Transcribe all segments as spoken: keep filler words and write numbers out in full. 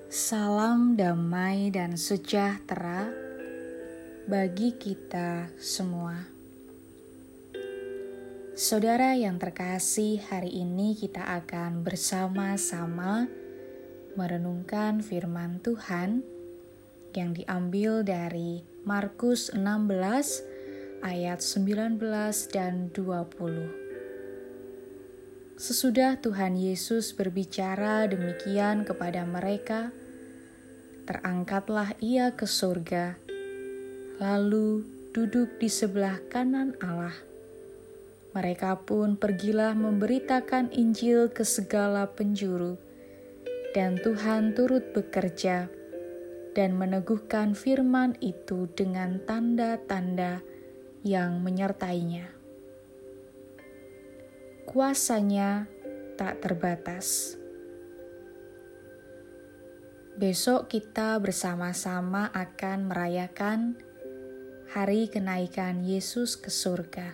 Salam damai dan sejahtera bagi kita semua. Saudara yang terkasih, hari ini kita akan bersama-sama merenungkan firman Tuhan yang diambil dari Markus enam belas ayat sembilan belas dan dua puluh. Sesudah Tuhan Yesus berbicara demikian kepada mereka, terangkatlah ia ke surga, lalu duduk di sebelah kanan Allah. Mereka pun pergilah memberitakan Injil ke segala penjuru, dan Tuhan turut bekerja dan meneguhkan firman itu dengan tanda-tanda yang menyertainya. Kuasanya tak terbatas. Besok kita bersama-sama akan merayakan hari kenaikan Yesus ke surga.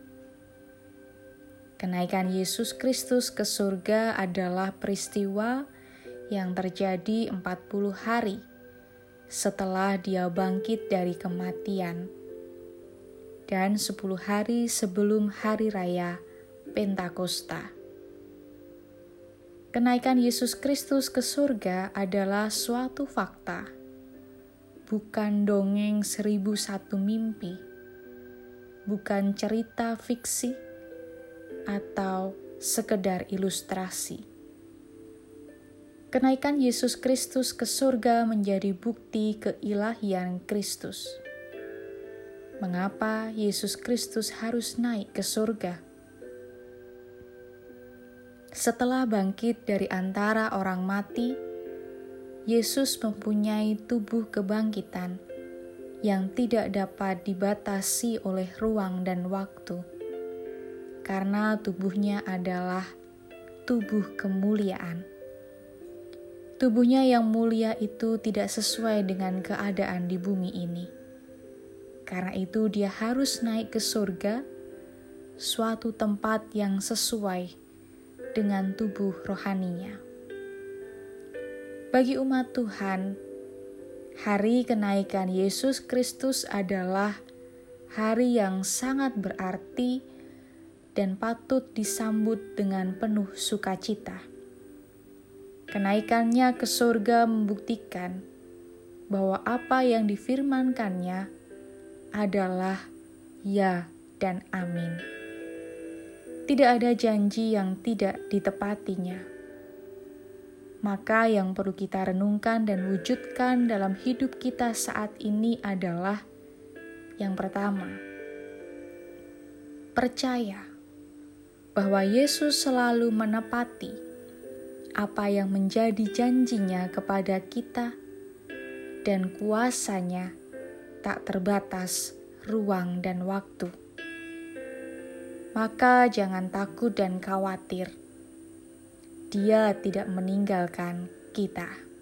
Kenaikan Yesus Kristus ke surga adalah peristiwa yang terjadi empat puluh hari setelah Dia bangkit dari kematian dan sepuluh hari sebelum hari raya Pentakosta. Kenaikan Yesus Kristus ke surga adalah suatu fakta, bukan dongeng seribu satu mimpi, bukan cerita fiksi, atau sekedar ilustrasi. Kenaikan Yesus Kristus ke surga menjadi bukti keilahian Kristus. Mengapa Yesus Kristus harus naik ke surga? Setelah bangkit dari antara orang mati, Yesus mempunyai tubuh kebangkitan yang tidak dapat dibatasi oleh ruang dan waktu, karena tubuhnya adalah tubuh kemuliaan. Tubuhnya yang mulia itu tidak sesuai dengan keadaan di bumi ini. Karena itu dia harus naik ke surga, suatu tempat yang sesuai dengan tubuh rohaninya. Bagi umat Tuhan, hari kenaikan Yesus Kristus adalah hari yang sangat berarti dan patut disambut dengan penuh sukacita. Kenaikannya ke surga membuktikan bahwa apa yang difirmankannya adalah ya dan amin. Tidak ada janji yang tidak ditepatinya. Maka yang perlu kita renungkan dan wujudkan dalam hidup kita saat ini adalah yang pertama, percaya bahwa Yesus selalu menepati apa yang menjadi janjinya kepada kita dan kuasanya tak terbatas ruang dan waktu. Maka jangan takut dan khawatir. Dia tidak meninggalkan kita.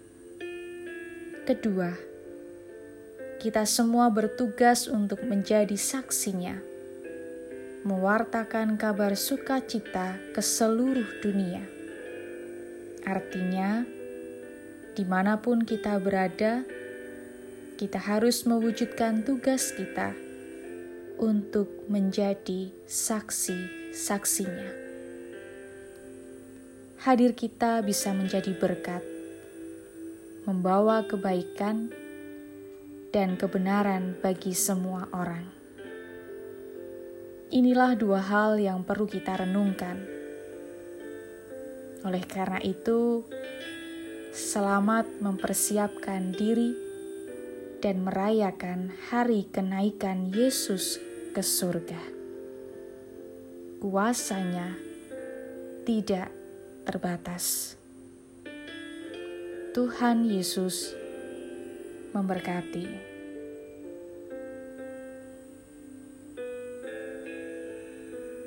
Kedua, kita semua bertugas untuk menjadi saksinya, mewartakan kabar sukacita ke seluruh dunia. Artinya, dimanapun kita berada, kita harus mewujudkan tugas kita untuk menjadi saksi-saksinya. Hadir kita bisa menjadi berkat, membawa kebaikan dan kebenaran bagi semua orang. Inilah dua hal yang perlu kita renungkan. Oleh karena itu, selamat mempersiapkan diri dan merayakan hari kenaikan Yesus ke surga. Kuasanya tidak terbatas. Tuhan Yesus memberkati.